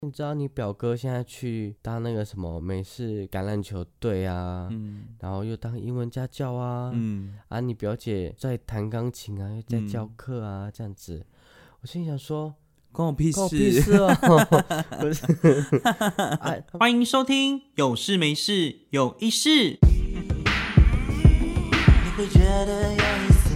你知道你表哥现在去当那个什么美式橄榄球队啊，然后又当英文家教啊，你表姐在弹钢琴啊，又在教课啊，这样子，我心里想说， 关我屁事， 关我屁事哦！不是， 欢迎收听有事没事有意思。 你会觉得有意思，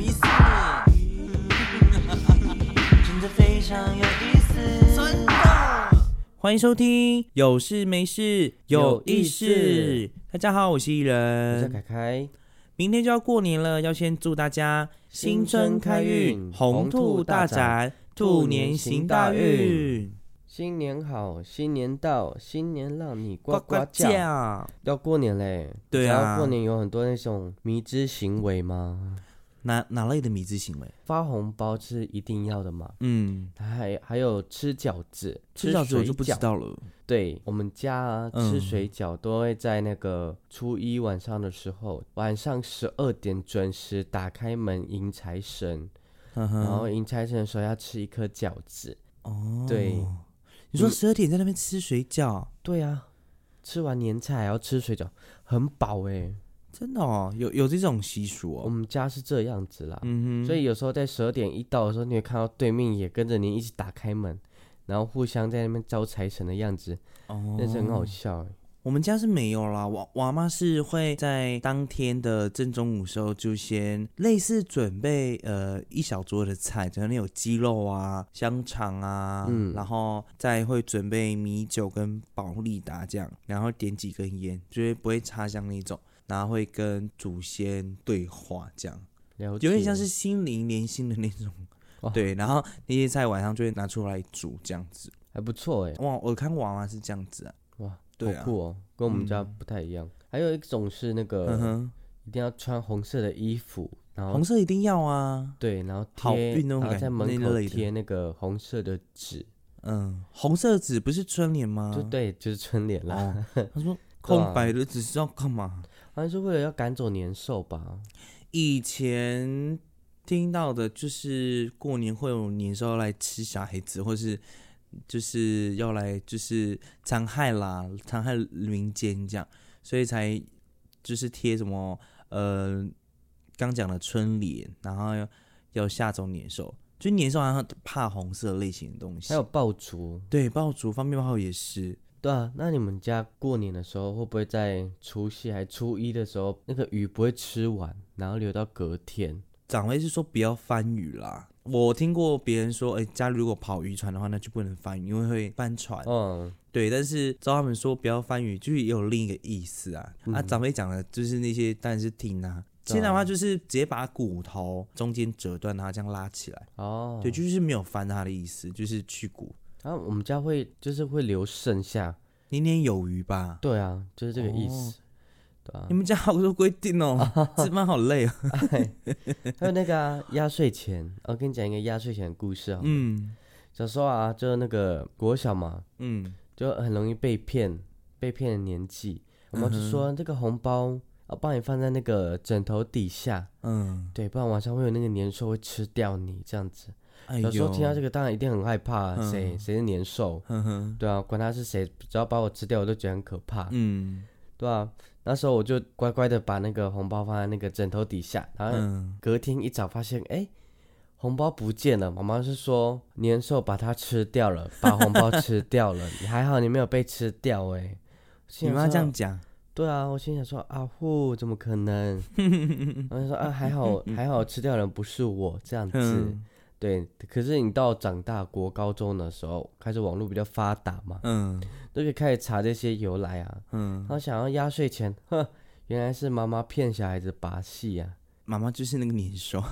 真的非常有意思，真的。 欢迎收听有事没事有意思。大家好，我是艺我叫人。 凯凯。 明天就要过年了，要先祝大家新春开运，红兔大展，兔年行大运。 新年好，新年到，新年让你呱呱呱呱叫。 叫。 要过年嘞， 对啊你知道过年有很多那种迷之行为吗？ 哪类的迷之行为？ 发红包是一定要的嘛，还有吃饺子， 吃饺子我就不知水饺。 道了。 对，我们家啊，吃水饺都会在那个初一晚上的时候，晚上12点准时打开门迎财神，然后迎财神的时候要吃一颗饺子。 哦， 对， 你说12点在那边吃水饺？ 对啊，吃完年菜还要吃水饺，很饱欸。 真的哦，有这种习俗我哦。 们家是这样子啦，所以有时候在12点一到的时候，你会看到对面也跟着你一起打开门，然后互相在那边招财神的样子，那是很好笑欸。 我们家是没有啦，我阿妈是会在当天的正中午时候就先类似准备一小桌的菜，可能有鸡肉啊、香肠啊，然后再会准备米酒跟保利达这样，然后点几根烟，就是不会插香那种，然后会跟祖先对话这样， 了解， 有点像是心灵连心的那种。对，然后那些菜晚上就会拿出来煮这样子， 还不错欸。 哇，我看我阿妈是这样子啊。 哇， 对啊好酷哦，跟我们家不太一样。还有一种是那个一定要穿红色的衣服，然后红色一定要啊。 对，然后好贴， 运那种然后在门口那类的贴那个红色的纸， 红色纸不是春联吗？ 就对，就是春联啦。 他说空白的纸是要干嘛？ 好像是为了要赶走年兽吧。 以前听到的就是过年会有年兽要来吃小孩子，或是就是要来就是残害民间这样，所以才就是贴什么刚讲的春联，然后要吓走年兽。就年兽好像怕红色类型的东西， 还有爆竹， 对，爆竹、放鞭炮也是。 对啊，那你们家过年的时候会不会在除夕还初一的时候，那个鱼不会吃完，然后留到隔天？ 长辈是说不要翻鱼啦，我听过别人说，家里如果跑渔船的话，那就不能翻鱼，因为会翻船。对，但是照他们说不要翻鱼，就是也有另一个意思啊。长辈讲的就是那些当然是听啊。现在的话就是直接把骨头中间折断，然后这样拉起来。对，就是没有翻它的意思，就是去骨。 然后我们家会留剩下， 年年有余吧。 对啊，就是这个意思。对啊， 你们家好多规定哦，吃饭好累哦。 还有那个压岁钱，我跟你讲一个压岁钱的故事啊。小时候啊，就那个国小嘛，就很容易被骗的年纪，我们就说这个红包要帮你放在那个枕头底下，对，不然晚上会有那个年兽会吃掉你这样子。有时候听到这个，当然一定很害怕，谁是年兽？对啊，管他是谁，只要把我吃掉，我都觉得很可怕。对啊，那时候我就乖乖的把那个红包放在那个枕头底下，然后隔天一早发现，红包不见了。妈妈是说年兽把它吃掉了，把红包吃掉了。你还好，你没有被吃掉欸。 你妈这样讲？ 对啊，我心想说怎么可能？然后就说还好吃掉的人不是我这样子。对，可是你到长大国高中的时候，开始网络比较发达嘛，都可以开始查这些由来啊。然后想要压岁钱，原来是妈妈骗小孩子把戏啊。 妈妈就是那个年兽。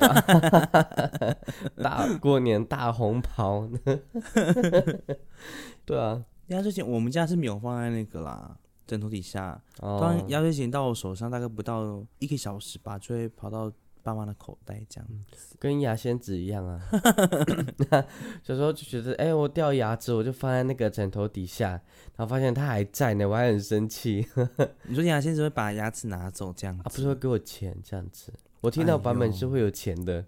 过年大红袍。对啊， 压岁钱我们家是没有放在那个啦枕头底下。当压岁钱到我手上大概不到1个小时吧，就会跑到爸妈的口袋这样子。 跟牙仙子一样啊。小时候就觉得我掉牙齿，我就放在那个枕头底下，然后发现它还在呢，我还很生气。 你说牙仙子会把牙齿拿走这样子？ 不是会给我钱这样子？我听到版本是会有钱的。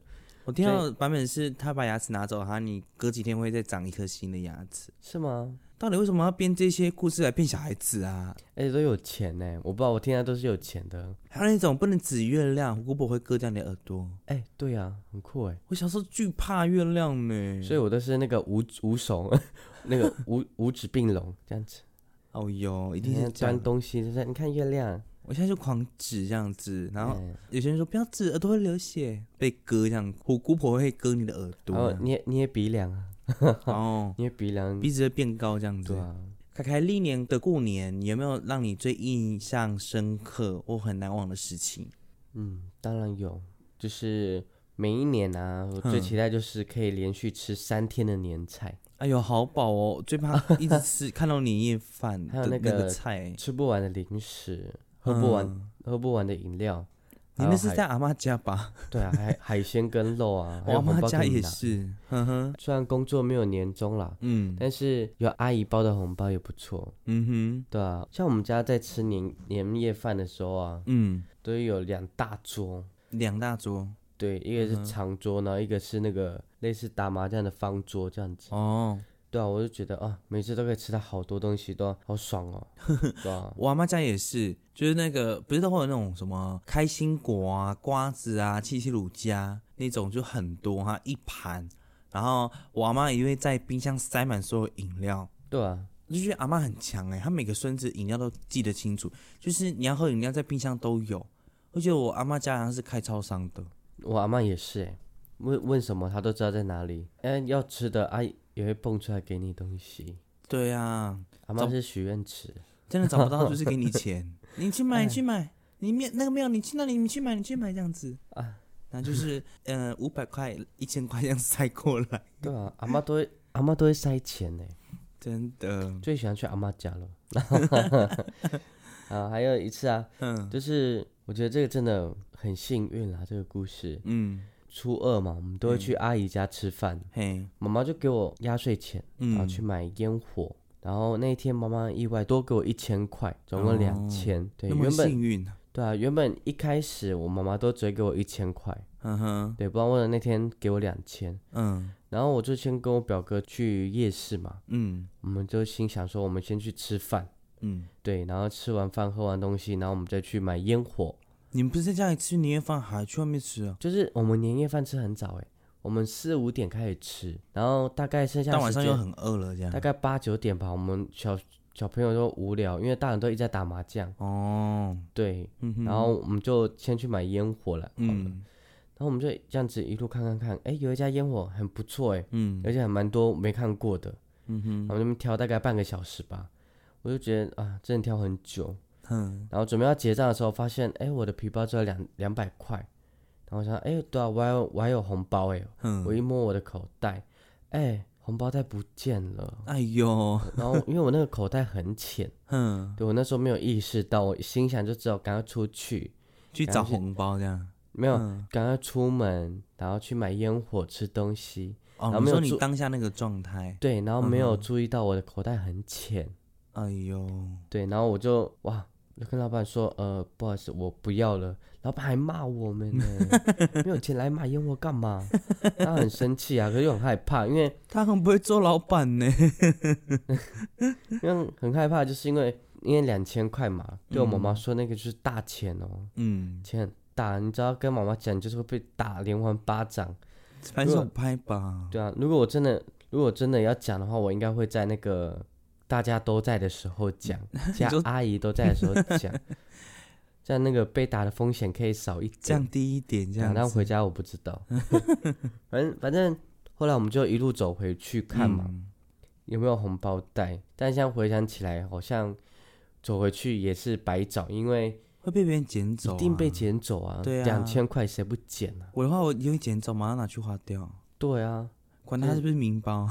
我听到的版本是他把牙齿拿走，你隔几天会再长一颗新的牙齿， 是吗？ 到底为什么要编这些故事来骗小孩子啊？ 而且都有钱呢，我不知道，我听到都是有钱的。 还有那种不能指月亮，虎姑婆会割掉你的耳朵。 对啊，很酷哎。 我小时候巨怕月亮呢， 所以我都是那个五手，那个五指并拢这样子。 哦哟，一定是这样钻东西，就是你看月亮。 我现在就狂指这样子，然后有些人说不要指，耳朵会流血，被割这样，虎姑婆会割你的耳朵。 然后捏鼻梁啊， 哦， 捏鼻梁， 鼻子会变高这样子。 对啊。 凯凯历年的过年，有没有让你最印象深刻或很难忘的事情？ 当然有，就是每一年啊，我最期待就是可以连续吃3天的年菜。 哎呦，好饱哦！最怕一直吃看到年夜饭还有那个菜， 吃不完的零食，喝不完的饮料。 你那是在阿嬷家吧？ 对啊，海鲜跟肉啊， 我阿嬷家也是。 虽然工作没有年终啦，但是有阿姨包的红包也不错。对啊，像我们家在吃年夜饭的时候啊，都有2大桌。 2大桌。 对，一个是长桌，然后一个是那个类似打麻将的方桌这样子。哦，对啊，我就觉得啊，每次都可以吃到好多东西，都好爽哦。对啊， 我阿妈家也是，就是那个不是都会有那种什么开心果啊、瓜子啊、七七乳加那种，就很多哈一盘。然后我阿妈也会在冰箱塞满所有饮料。 对啊， 我就觉得阿妈很强她每个孙子饮料都记得清楚，就是你要喝饮料在冰箱都有。而且我阿妈家好像是开超商的。 我阿嬷也是问什么她都知道在哪里。要吃的阿姨也会蹦出来给你东西。 对啊， 阿嬷是许愿池， 真的找不到就是给你钱，你去买，你那个没有，你去那里你去买这样子啊，然后就是500块、1000块这样塞过来。 对啊，阿嬷都会塞钱呢， 真的。 最喜欢去阿嬷家了。啊，还有一次啊，就是我觉得这个真的很幸运啦，这个故事。初2嘛，我们都会去阿姨家吃饭。妈妈就给我压岁钱，然后去买烟火。然后那一天妈妈意外多给我1000块，总共2000。对， 那么幸运。 对啊，原本一开始我妈妈都只会给我1000块。对，不然为了那天给我2000。然后我就先跟我表哥去夜市嘛。我们就心想说，我们先去吃饭。对，然后吃完饭喝完东西，然后我们再去买烟火。 你们不是在家里吃年夜饭，还去外面吃啊？ 就是我们年夜饭吃很早我们4、5点开始吃，然后大概剩下但晚上又很饿了，这样大概8、9点吧。我们小朋友都无聊，因为大人都一直在打麻将。对，然后我们就先去买烟火了。然后我们就这样子一路看，有一家烟火很不错而且还蛮多没看过的。然后那边挑大概半个小时吧。我就觉得啊，真的挑很久。然后准备要结账的时候，发现我的皮包只有200块。然后我想对啊，我还有红包我一摸我的口袋，红包袋不见了。 哎呦！ 然后因为我那个口袋很浅，对，我那时候没有意识到，我心想就只有赶快出去找红包这样。 没有，赶快出门，然后去买烟火吃东西。 然后没有你当下那个状态。 对，然后没有注意到我的口袋很浅。 哎呦， 对，然后我就跟老板说，不好意思，我不要了。老板还骂我们呢，没有钱来买烟火干嘛？他很生气啊，可是又很害怕，因为他很不会做老板呢。 因为很害怕，就是因为2000块嘛，对我妈妈说那个就是大钱哦，钱很大，你知道跟妈妈讲就是会被打连环巴掌， 反手拍吧。 对啊，如果真的要讲的话，我应该会在那个大家都在的时候讲，加阿姨都在的时候讲，这样那个被打的风险可以少一点， 降低一点这样子。 然后回家我不知道，反正后来我们就一路走回去看嘛，有没有红包袋。但现在回想起来，好像走回去也是白找，因为会被别人捡走， 一定被捡走啊。 对啊 ，2000块谁不捡啊？ 我的话，我一定会捡走，马上拿去花掉。 对啊， 管他是不是名包。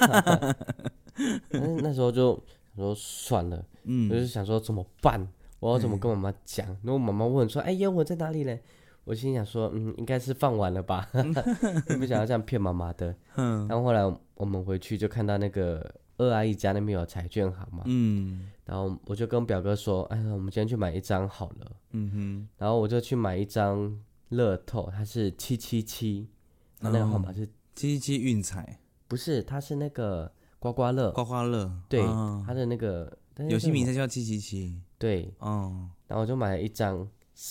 那时候就说算了，就是想说怎么办，我要怎么跟妈妈讲？如果妈妈问说，烟火在哪里嘞？我心想说，应该是放完了吧，不想要这样骗妈妈的。然后后来我们回去就看到那个2阿姨家那边有彩券行嘛，然后我就跟表哥说，我们今天去买一张好了。然后我就去买一张乐透，它是777， 他那个号码是 777运彩， 不是？它是那个刮刮乐， 刮刮乐， 对，它的那个游戏名称叫777， 对，然后我就买了一张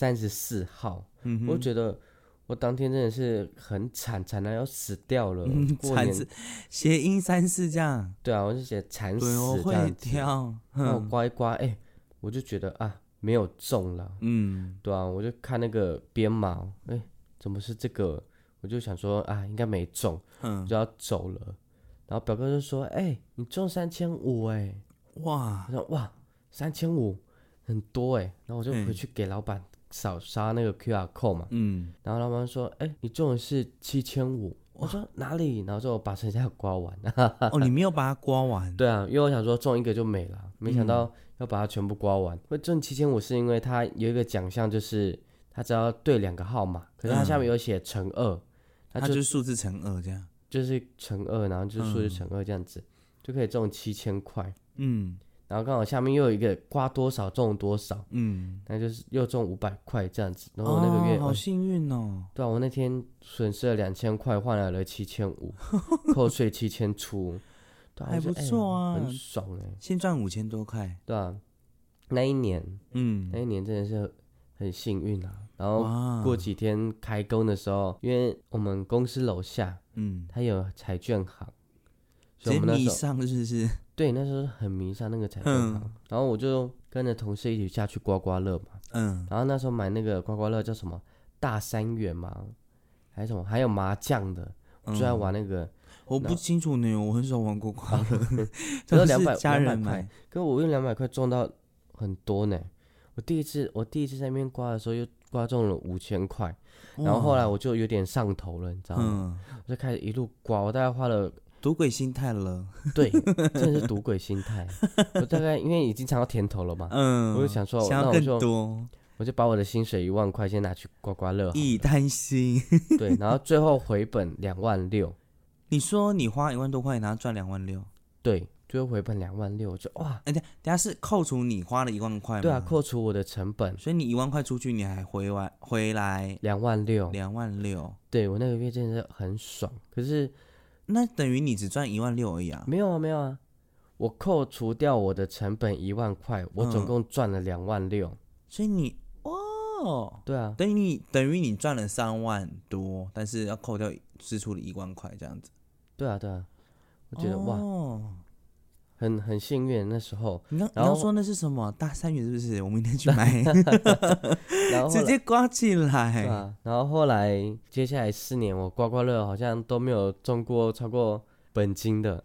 34号，我觉得我当天真的是很惨到要死掉了，过年谐音34这样， 对啊，我就写惨死对，我会挑， 然后刮一刮，我就觉得啊没有中了，对啊，我就看那个编码，怎么是这个？我就想说啊，应该没中，我就要走了。然后表哥就说：“你中3500，哇！”我说：“哇，3500很多哎。”然后我就回去给老板刷那个 QR code 嘛，然后老板说：“你中的是7500。”我说：“哪里？”然后说我把剩下的刮完。 哦，你没有把它刮完？ 对啊，因为我想说中一个就没了，没想到要把它全部刮完。会中7500是因为它有一个奖项，就是它只要对2个号码，可是它下面有写乘2， 它就是数字乘2这样。 就是乘2，然后就是数字乘2这样子，就可以中7000块。然后刚好下面又有一个刮多少中多少，那就是又中500块这样子。然后那个月好幸运哦。 对啊，我那天损失了2000块，换来了7500，扣税7000出，对啊， 还不错啊， 很爽先赚5000多块。 对啊，那一年真的是很幸运啊。然后过几天开工的时候，因为我们公司楼下，它有彩券行，所以我们那时候迷上是不是？ 对，那时候很迷上那个彩券行，然后我就跟着同事一起下去刮刮乐嘛，然后那时候买那个刮刮乐叫什么大3元嘛，还是什么，还有麻将的，我就在玩那个。 我不清楚呢，我很少玩过刮乐， 都是200 家人块，可是我用200块中到很多呢。我第一次在那边刮的时候，又刮中了5000块，然后后来我就有点上头了，你知道吗？我就开始一路刮，我大概花了赌鬼心态了。 对，真的是赌鬼心态。我大概因为已经尝到甜头了嘛，我就想说， 想要更多， 我就把我的薪水1万块先拿去刮刮乐， 以贪心。 对，然后最后回本26000。 你说你花1万多块，然后赚26000？ 对。最后回本26000，我就哇！ 等下是扣除你花了1万块吗？ 对啊，扣除我的成本， 所以你1万块出去，你还回来 26000。 26000， 对，我那个月真的是很爽。可是那等于你只赚16000而已啊？ 没有啊，我扣除掉我的成本1万块，我总共赚了26000。 所以你对啊， 等于你赚了3万多，但是要扣掉支出的1万块这样子。 对啊，我觉得哇。很幸运那时候。 你刚说那是什么大3元是不是？我明天去买， 然后直接刮起来。 对啊，然后后来接下来4年，我刮刮乐好像都没有中过超过本金的。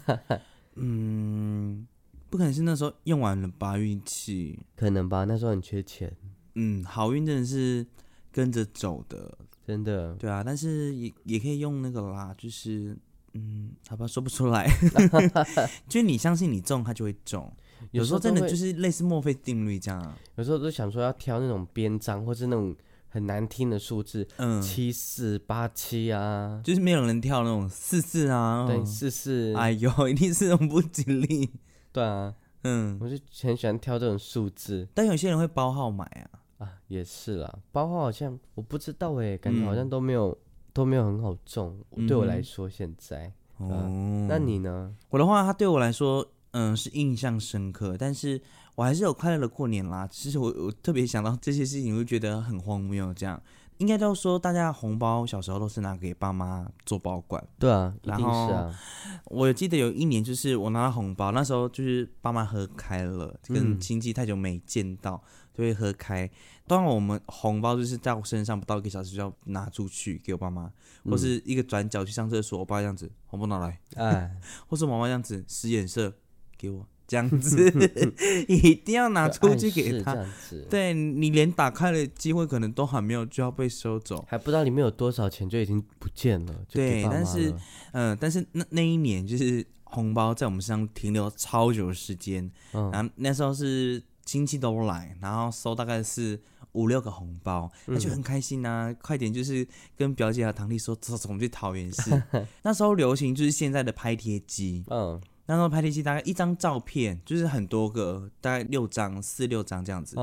不可能是那时候用完了吧运气？ 可能吧，那时候很缺钱。 好运真的是跟着走的， 真的。 对啊，但是也可以用那个啦，就是。好吧，说不出来。就是你相信你中，它就会中。有时候真的就是类似墨菲定律这样啊。 有时候都想说要挑那种边章，或是那种很难听的数字，74、87啊， 就是没有人跳那种44啊。 对，44。 哎呦，一定是很不吉利。 对啊，我就很喜欢挑这种数字。 但有些人会包号买啊。 也是啦，包号好像我不知道感觉好像都没有很好中，对我来说现在。那你呢？ 我的话，它对我来说，是印象深刻，但是我还是有快乐的过年啦。其实我特别想到这些事情，我就觉得很荒谬。这样应该都说，大家红包小时候都是拿给爸妈做保管。 对啊，一定是啊。 我记得有一年，就是我拿到红包，那时候就是爸妈喝开了，跟亲戚太久没见到，就会喝开。当然我们红包就是在我身上不到1个小时就要拿出去给我爸妈，或是一个转角去上厕所，我爸这样子红包拿来，或是我妈妈这样子使眼色给我，这样子一定要拿出去给他。对，你连打开的机会可能都还没有就要被收走， 还不知道里面有多少钱就已经不见了。 对，但是那一年就是红包在我们身上停留超久的时间，然后那时候是亲戚都来，然后收大概是5-6个红包，那就很开心啊！快点就是跟表姐和堂弟说，走，我们去桃园市。那时候流行就是现在的拍贴机，那时候拍贴机大概一张照片就是很多个，大概4-6张这样子。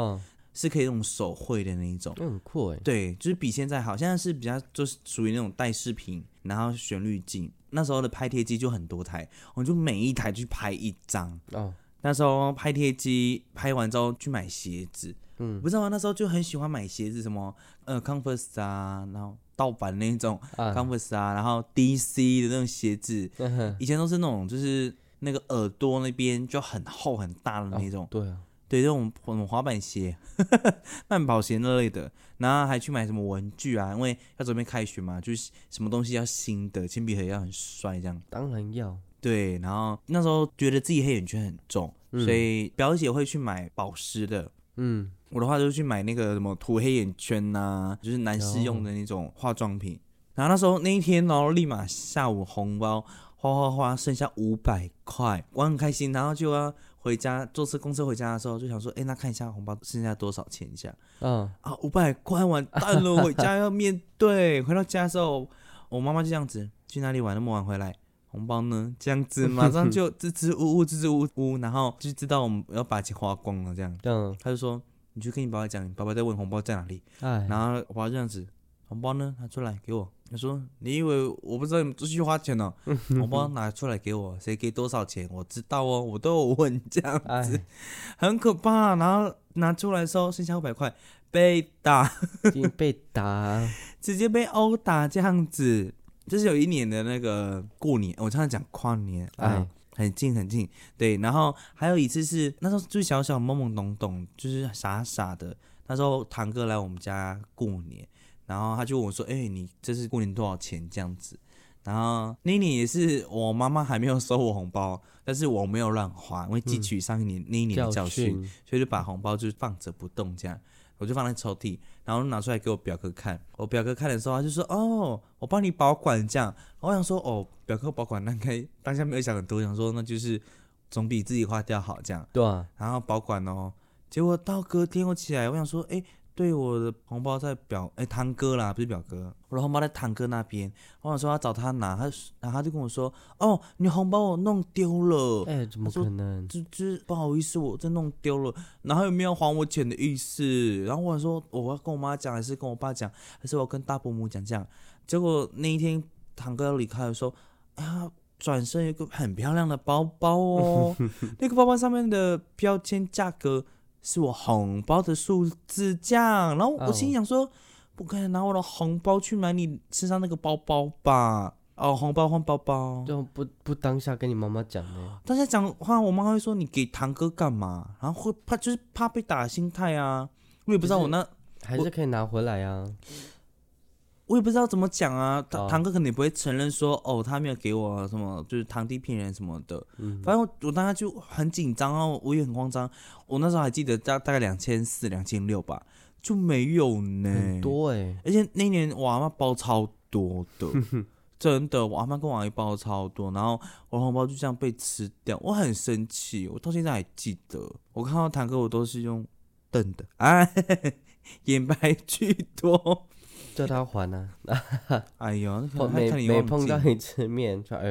是可以那种手绘的那一种， 很酷哎。 对，就是比现在好，现在是比较就是属于那种带视频，然后旋律镜。那时候的拍贴机就很多台，我们就每一台去拍一张。哦，那时候拍贴机拍完之后去买鞋子，不知道吗？那时候就很喜欢买鞋子，什么Converse 啊，然后盗版那种 Converse 啊，然后 DC 的那种鞋子，以前都是那种就是那个耳朵那边就很厚很大的那种。 对啊。 对，这种滑板鞋、慢跑鞋那类的，然后还去买什么文具啊，因为要准备开学嘛，就是什么东西要新的，铅笔盒要很帅这样。 当然要。 对，然后那时候觉得自己黑眼圈很重，所以表姐会去买保湿的。我的话就去买那个什么涂黑眼圈啊，就是男士用的那种化妆品。然后那时候那一天立马下午红包花，剩下500块，我很开心，然后就要回家坐公车回家的时候，就想说，那看一下红包剩下多少钱一下。500块完蛋了，回家要面对。回到家的时候，我妈妈就这样子，去哪里玩那么晚回来？红包呢？这样子马上就支支吾吾，然后就知道我们要把钱花光了这样。他就说，你去跟你爸爸讲，你爸爸在问红包在哪里。然后我爸这样子，红包呢？拿出来给我。他说：“你以为我不知道你们出去花钱呢？红包拿出来给我，谁给多少钱？我知道哦，我都有问，这样子很可怕。然后拿出来的时候，剩下500块，被打， 已经被打， 直接被殴打这样子。就是有一年的那个过年，我常常讲跨年，很近很近。对，然后还有一次是那时候就小小懵懵懂懂，就是傻傻的。那时候堂哥来我们家过年。”然后他就问我说：“你这次过年多少钱？”这样子。然后那一年也是我妈妈还没有收我红包，但是我没有乱花，因为汲取上一年那一年的教训，所以就把红包就放着不动，这样我就放在抽屉，然后拿出来给我表哥看。我表哥看的时候，他就说：“我帮你保管这样。”我想说：“表哥保管，那应该当下没有想很多，想说那就是总比自己花掉好这样。” 对啊。 然后保管结果到隔天我起来，我想说：“对，我的红包在堂哥啦，不是表哥，我的红包在堂哥那边。我想说要找他拿，然后他就跟我说：“你红包我弄丢了。” 怎么可能？ 就是不好意思，我真弄丢了。然后有没有还我钱的意思？然后我想说我要跟我妈讲，还是跟我爸讲，还是我跟大伯母讲这样？结果那一天堂哥要离开的时候，转身有一个很漂亮的包包哦，那个包包上面的标签价格。是我红包的数字这样，然后我心想说，不可能拿我的红包去买你身上那个包包吧？红包换包包， 就不当下跟你妈妈讲呢？ 当下讲的话，我妈会说你给堂哥干嘛？然后会怕被打的心态啊，我也不知道我那还是可以拿回来啊。 我也不知道怎么讲啊，堂哥肯定不会承认说他没有给我什么，就是堂弟骗人什么的。反正我当时就很紧张啊，我也很慌张。我那时候还记得大概2400、2600吧，就没有呢， 很多而且那年我阿嬷包超多的，真的，我阿嬷跟我阿姨包超多，然后我的红包就这样被吃掉，我很生气，我到现在还记得。我看到堂哥我都是用瞪的，眼白居多。 叫他还啊！ 哎呦， 每碰到一次面就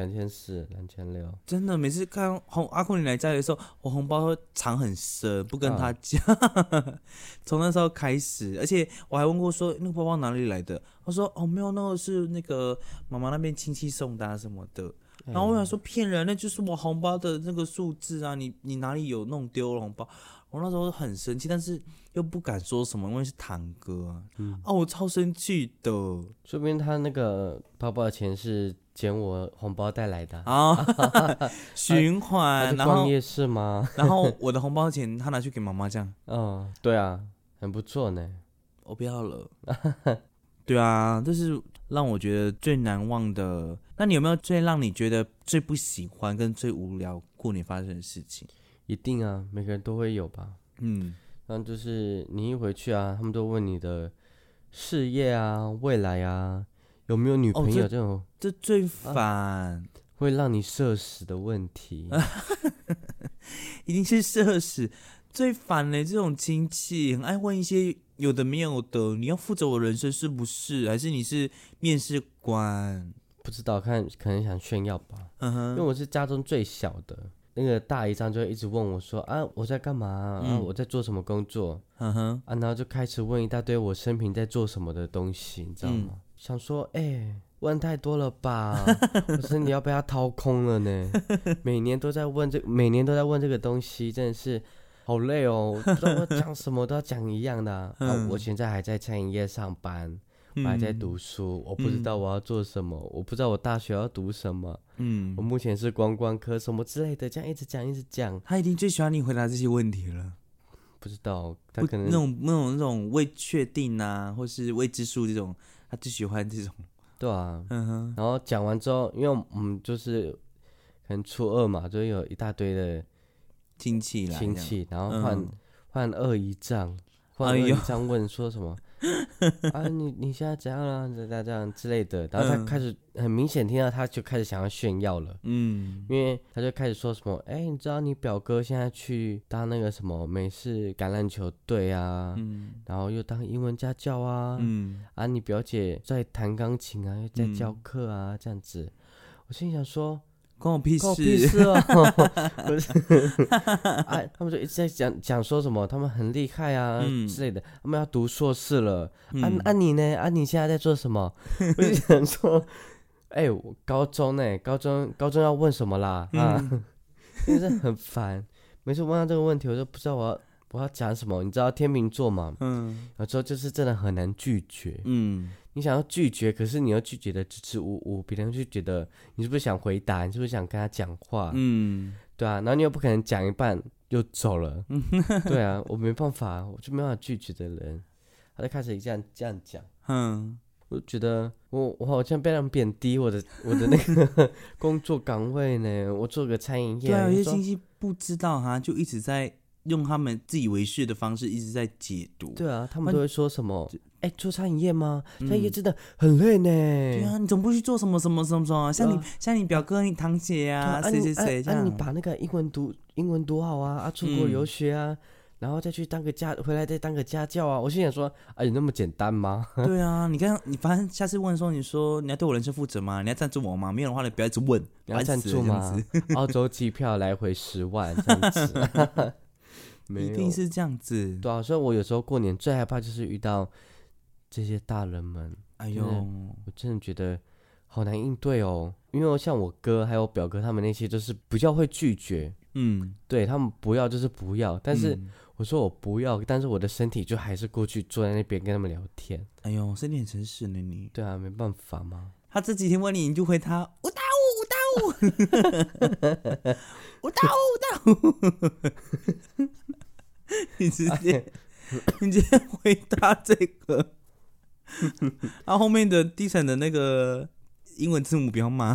2400、2600， 真的每次看阿坤你来家里的时候，我红包会藏很深，不跟他讲。从那时候开始，而且我还问过说那个包包哪里来的，他说没有，那个是那个妈妈那边亲戚送的什么的。然后我想说骗人，那就是我红包的那个数字啊，你哪里有弄丢了红包？我那时候很生气，但是又不敢说什么，因为是堂哥我超生气的。 说不定他那个包包的钱是捡我红包带来的循环。然后逛夜市吗？ 然后我的红包钱他拿去给妈妈这样。 对啊，很不错呢。 我不要了。对啊，这是让我觉得最难忘的。那你有没有最让你觉得最不喜欢跟最无聊过年发生的事情？ 一定啊，每个人都会有吧。然后就是你一回去啊，他们都问你的事业啊、未来啊，有没有女朋友这种， 这最烦， 会让你社死的问题。 一定是社死最烦的。这种亲戚很爱问一些有的没有的，你要负责我人生是不是？还是你是面试官？ 不知道，可能想炫耀吧。因为我是家中最小的。 那个大姨丈就会一直问我说啊我在干嘛啊，我在做什么工作，啊，然后就开始问一大堆我生平在做什么的东西，你知道吗？想说问太多了吧，我身体要被他掏空了呢。每年都在问这个东西，真的是好累哦。我不知道我讲什么都要讲一样的我现在还在餐饮业上班，我还在读书，我不知道我要做什么，我不知道我大学要读什么，我目前是观光科什么之类的，这样一直讲。 他一定最喜欢你回答这些问题了。 不知道他可能那种未确定啊，或是未知数这种，他最喜欢这种。 对啊，然后讲完之后，因为我们就是可能初二嘛，就有一大堆的亲戚， 然后换二姨丈，问说什么啊你现在怎样了这样之类的，然后他开始很明显听到他就开始想要炫耀了，因为他就开始说什么你知道你表哥现在去当那个什么美式橄榄球队啊，然后又当英文家教啊，你表姐在弹钢琴啊，又在教课啊，这样子，我心想说关我屁事哦！不是他们就一直在讲说什么他们很厉害啊之类的，他们要读硕士了。你呢？你现在在做什么？我就想说，我高中呢？高中要问什么啦？真的是很烦。每次问到这个问题，我就不知道我要讲什么。你知道天秤座嘛？有时候就是真的很难拒绝。你想要拒绝，可是你又拒绝的支支吾吾，别人就觉得你是不是想回答，你是不是想跟他讲话？对啊，然后你又不可能讲一半又走了，对啊，我没办法，我就没办法拒绝的人，他就开始这样讲，我觉得我好像被人贬低我的那个工作岗位呢，我做个餐饮业， 对啊，有些亲戚不知道哈，就一直在用他们自以为是的方式一直在解读， 对啊，他们都会说什么？做餐饮业吗？餐饮业真的很累呢。 对啊，你总不去做什么什么什么什么，像你表哥、你堂姐啊，谁这样。 你把那个英文读好啊，出国留学啊，然后再去回来再当个家教啊。我心想说，有那么简单吗？ 对啊，你反正下次问说，你说你要对我人生负责吗？你要赞助我吗？没有的话，你不要一直问。 你要赞助吗？澳洲机票来回10万这样子。 一定是这样子。 对啊，所以我有时候过年最害怕就是遇到这些大人们，我真的觉得好难应对哦。因为像我哥还有表哥他们那些，就是比较会拒绝，对他们不要就是不要，但是我说我不要，但是我的身体就还是过去坐在那边跟他们聊天。 身体很诚实呢你。 对啊，没办法嘛。 他这几天问你，你就回他我打我你直接回答这个，然后后面的低层的那个英文字母不要骂，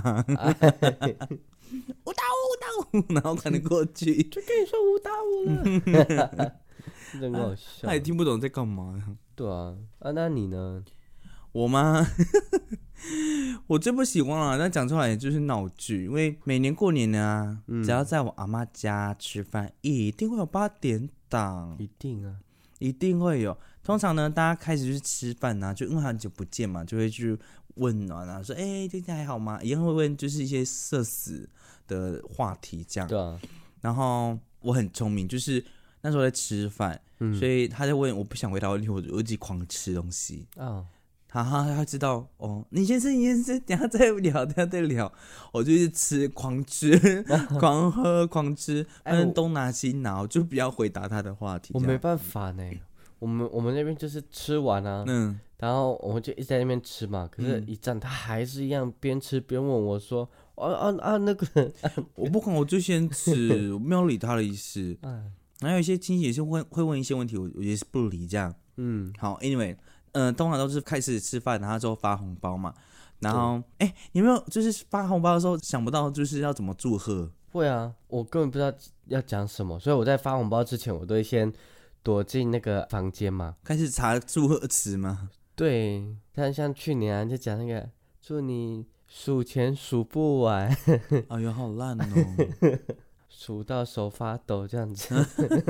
我打我，然后可能过去就跟你说我打我了，真好笑。 他也听不懂在干嘛。 对啊，那你呢？ 我吗？我最不喜欢了，但讲出来也就是闹剧。因为每年过年啊，只要在我阿嬷家吃饭，一定会有8点档， 一定啊， 一定会有。通常呢，大家开始就是吃饭啊，就因为很久不见嘛，就会去问暖啊，说最近还好吗？一样会问就是一些社死的话题这样。 对啊。 然后我很聪明，就是那时候在吃饭，所以他在问，我不想回答问题，我自己狂吃东西啊。他知道哦，你先吃，等一下再聊，我就一直吃，狂吃，狂喝，狂吃，东拿西拿，我就不要回答他的话题。 我没办法呢，我们那边就是吃完啊，然后我们就一直在那边吃嘛，可是一站他还是一样边吃边问我说，那个， 我不管，我就先吃，我没有理他的意思。还有一些亲戚也是会问一些问题，我也是不理这样。好 ，anyway。通常都是开始吃饭，然后之后发红包嘛。然后，有没有就是发红包的时候想不到就是要怎么祝贺？ 会啊，我根本不知道要讲什么，所以我在发红包之前，我都会先躲进那个房间嘛， 开始查祝贺词嘛。 对，像去年就讲那个祝你数钱数不完， 哎呦，好烂哦。 数到手发抖这样子，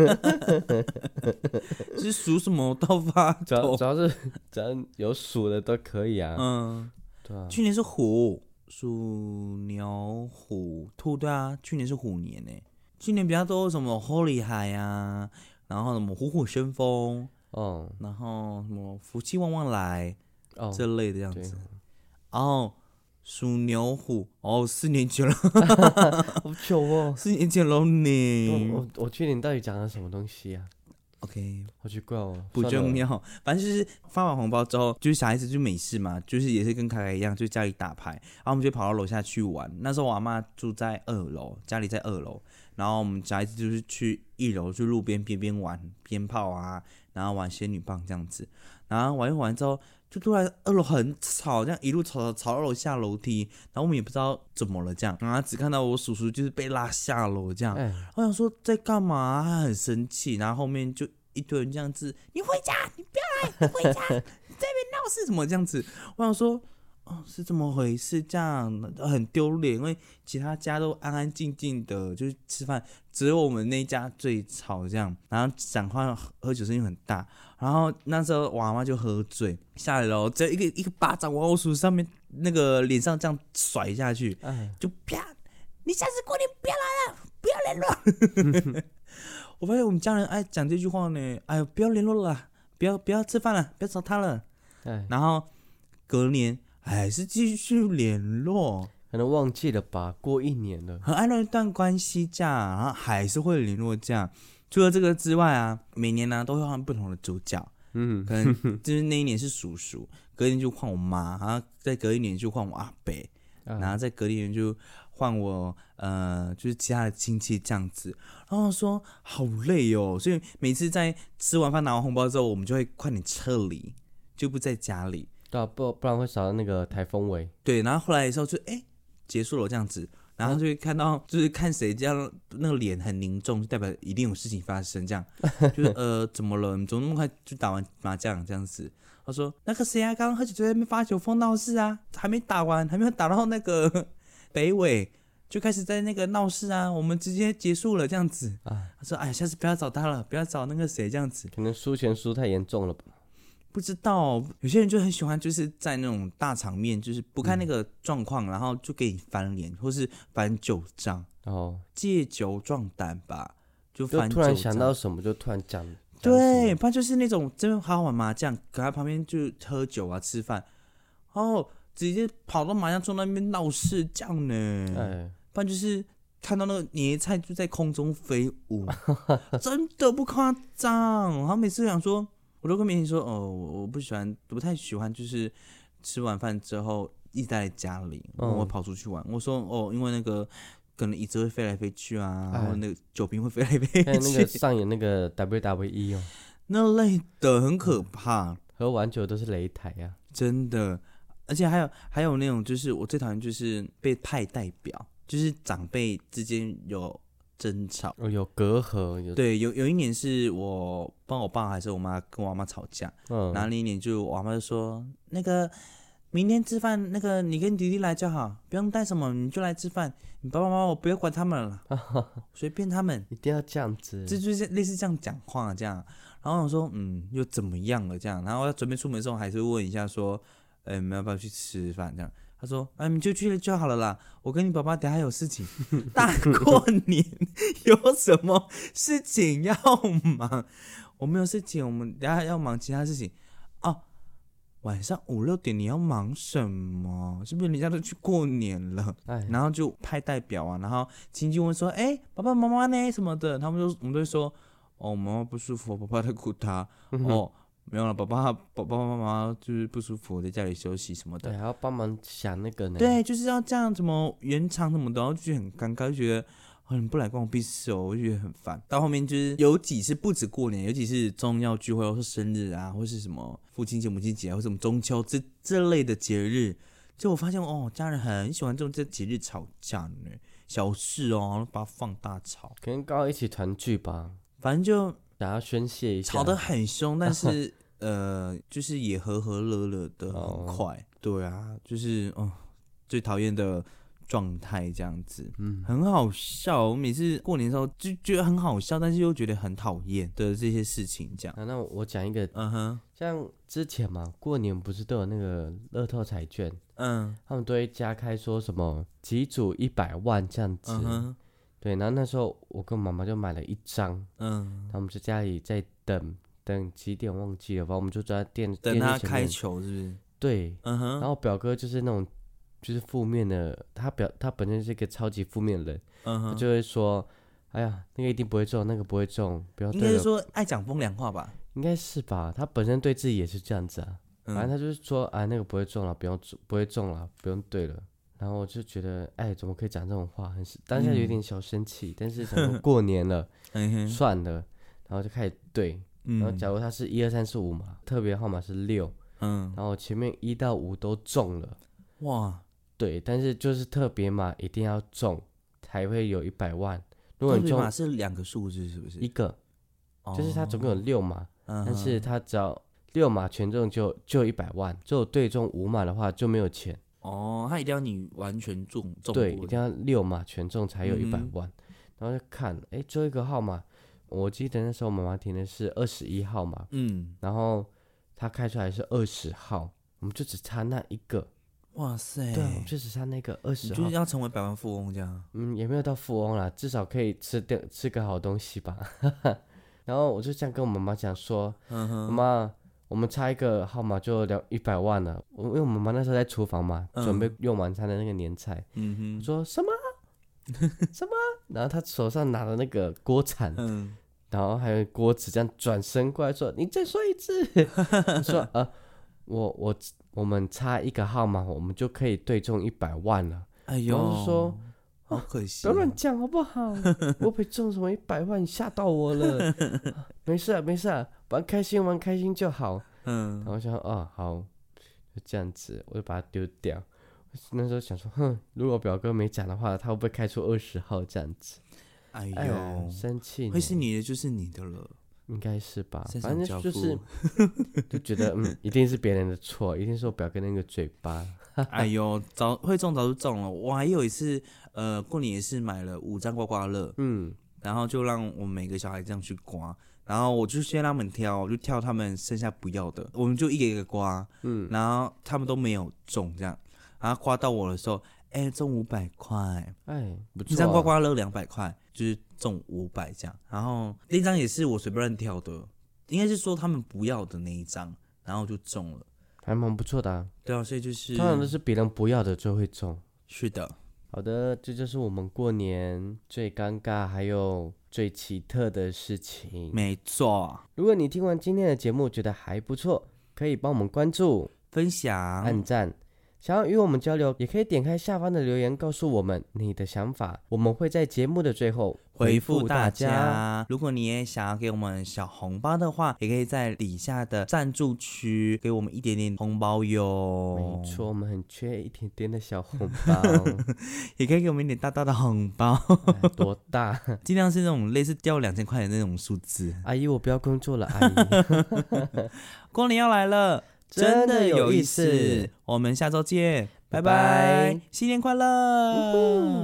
是数什么到发抖？ 只要有数的都可以啊。对啊。 去年是虎，鼠牛虎兔，对啊，去年是虎年呢。 去年比较多什么火里海啊，然后什么虎虎生风哦， 然后什么福气旺旺来哦， 这类的样子。 对然后属牛虎4年前了， 好久哦。 4年前了呢。 我去年到底讲了什么东西啊？ OK， 好奇怪哦， 不算了重要，反正就是发完红包之后，就是小孩子就没事嘛，就是也是跟凯凯一样，就家里打牌，然后我们就跑到楼下去玩。那时候我阿嬷住在2楼，家里在2楼，然后我们小孩子就是去1楼，去路边边玩鞭炮啊，然后玩仙女棒这样子，然后玩一玩之后，就突然2楼很吵，这样一路吵到楼下楼梯，然后我们也不知道怎么了这样，然后只看到我叔叔就是被拉下楼这样，我想说在干嘛，他很生气，然后后面就一堆人这样子，你回家，你不要来，你回家，你在那边闹事什么这样子，我想说。哦，是这么回事，这样很丢脸，因为其他家都安安静静的，就是吃饭，只有我们那家最吵，这样，然后讲话喝酒声音很大，然后那时候我阿嬷就喝醉，下来了，直接一个巴掌往我叔上面那个脸上这样甩下去，就啪，你下次过年不要来了，不要联络。我发现我们家人爱讲这句话呢，哎呦，不要联络了啦，不要吃饭了，不要找他了，然后隔年。还是继续联络， 可能忘记了吧，过1年了， 很爱那段关系这样，然后还是会联络这样。除了这个之外啊，每年呢都会换不同的主角，可能就是那一年是叔叔，隔一年就换我妈，然后再隔一年就换我阿伯，然后再隔一年就换我就是其他的亲戚这样子。然后我说好累哦，所以每次在吃完饭拿完红包之后，我们就会快点撤离，就不在家里。 对啊，不然会少到那个台风尾。 对，然后后来的时候就结束了这样子，然后就会看到就是看谁这样那个脸很凝重，就代表一定有事情发生这样，就是怎么了？你怎么那么快就打完麻将这样子？他说那个谁啊，刚刚喝酒在那边发酒疯闹事啊，还没打完，还没有打到那个北尾。就开始在那个闹事啊，我们直接结束了这样子。他说：“哎，下次不要找他了，不要找那个谁这样子。” 可能输钱输太严重了吧？ 不知道，有些人就很喜欢，就是在那种大场面，就是不看那个状况，然后就给你翻脸，或是翻旧账，借酒壮胆吧，就翻旧账。 就突然想到什么，就突然讲。 对，不然就是那种这边好好玩麻将，可他旁边就喝酒啊、吃饭，直接跑到麻将桌那边闹事这样呢。不然就是看到那个年夜菜就在空中飞舞，真的不夸张。然后每次想说。我都跟明星说，我不太喜欢，就是吃完饭之后一直待在家里，我跑出去玩。我说，因为那个可能椅子会飞来飞去啊，然后那个酒瓶会飞来飞去。 那个上演那个 WWE 哦， 那类的很可怕， 喝完酒都是擂台啊， 真的。而且还有那种，就是我最讨厌就是被派代表，就是长辈之间有。争吵有隔阂， 对，有一年是我帮我爸还是我妈跟我妈吵架，然后那一年就我妈就说那个明天吃饭那个你跟弟弟来就好，不用带什么你就来吃饭，你爸爸妈妈我不要管他们了，随便他们， 一定要这样子， 这就是类似这样讲话这样，然后我说又怎么样了这样，然后要准备出门的时候还是问一下说，你们要不要去吃饭这样。他说：“你就去就好了啦，我跟你爸爸等下有事情。大过年有什么事情要忙？我没有事情，我们等下要忙其他事情。晚上5、6点你要忙什么？是不是人家都去过年了？然后就派代表啊，然后亲戚问说：爸爸妈妈呢什么的？我们都会说：妈妈不舒服，爸爸在顾她。没有了，爸爸妈妈就是不舒服，在家里休息什么的。 对，还要帮忙想那个呢。 对，就是要这样，怎么圆场什么的，然后就觉得很尴尬，就觉得你不来关我屁事哦，我就觉得很烦。到后面就是有几次不止过年，有几次重要聚会，或是生日啊，或是什么父亲节、母亲节，或什么中秋这类的节日，就我发现家人很喜欢这节日吵架呢，小事然后把它放大吵， 可能刚好一起团聚吧， 反正就想要宣泄一下， 吵得很凶，但是就是也和和乐乐的很快，对啊，就是最讨厌的状态这样子，很好笑。我每次过年的时候就觉得很好笑，但是又觉得很讨厌的这些事情，这样。 那我讲一个，像之前嘛，过年不是都有那个乐透彩券，他们都会加开说什么几组100万这样子， 对，然后那时候我跟妈妈就买了1张，然后我们在家里在等几点忘记了，反正我们就在电等他电视前面开球，是不是？ 对，然后表哥就是那种就是负面的，他本身是一个超级负面的人，他就会说，哎呀，那个一定不会中，那个不会中，不要对了。 应该是说爱讲风凉话吧？ 应该是吧，他本身对自己也是这样子啊，反正他就是说，哎，那个不会中了，不会中了，不用对了。然后我就觉得，哎，怎么可以讲这种话？当下有点小生气，但是想说过年了，算了，然后就开始对。然后假如他是1、2、3、4、5嘛，特别号码是6，然后前面1到5都中了， 哇， 对，但是就是特别码一定要中才会有100万。如果你中特别码是2个数字，是不是？ 一个，就是它总共有6码，但是它只要6码全中就100万，只有对中5码的话就没有钱。 哦，他一定要你完全中对，一定要6码全中才有100万。然后就看，哎，最后一个号码，我记得那时候妈妈填的是21号嘛，然后他开出来是20号，我们就只差那一个。 哇塞！ 对，我们就只差那个20号， 就是要成为百万富翁这样。 也没有到富翁啦，至少可以吃个好东西吧。然后我就这样跟我妈妈讲说，妈妈，我们差一个号码就100万了。因为我妈妈那时候在厨房嘛，准备用晚餐的那个年菜。我说什么什么？然后她手上拿了那个锅铲，然后还有锅子，这样转身过来说：“你再说一次。”我说我们差一个号码，我们就可以对中100万了。 哎呦， 然后就说好可惜， 不要乱讲好不好？我被中什么100万，吓到我了。没事啊，没事啊，玩开心就好。然后我想好，就这样子，我就把它丢掉。那时候想说，如果表哥没讲的话，他会不会开出20号这样子？ 哎呦， 生气， 会是你的就是你的了。 应该是吧， 反正就是就觉得一定是别人的错，一定是我表哥那个嘴巴。 哎呦，会中早就中了。我还有一次，过年也是买了5张刮刮乐，然后就让我们每个小孩这样去刮，然后我就先让他们挑，我就挑他们剩下不要的，我们就一个一个刮，然后他们都没有中这样，然后刮到我的时候，中500块， 哎，不错， 一张刮刮乐200块，就是中500这样，然后那张也是我随便乱挑的，应该是说他们不要的那一张，然后就中了， 还蛮不错的啊。 对啊，所以就是通常都是别人不要的就会中。 是的。 好的，这就是我们过年最尴尬还有最奇特的事情。 没错。 如果你听完今天的节目觉得还不错，可以帮我们关注、 分享、 按赞。想要与我们交流，也可以点开下方的留言告诉我们你的想法，我们会在节目的最后回复大家。如果你也想要给我们小红包的话，也可以在底下的赞助区给我们一点点红包哟。 没错，我们很缺一点点的小红包， 也可以给我们一点大大的红包。 多大？ 尽量是那种类似掉2000块的那种数字。 阿姨，我不要工作了，阿姨。 过年要来了。真的有意思，我们下周见，拜拜，新年快乐！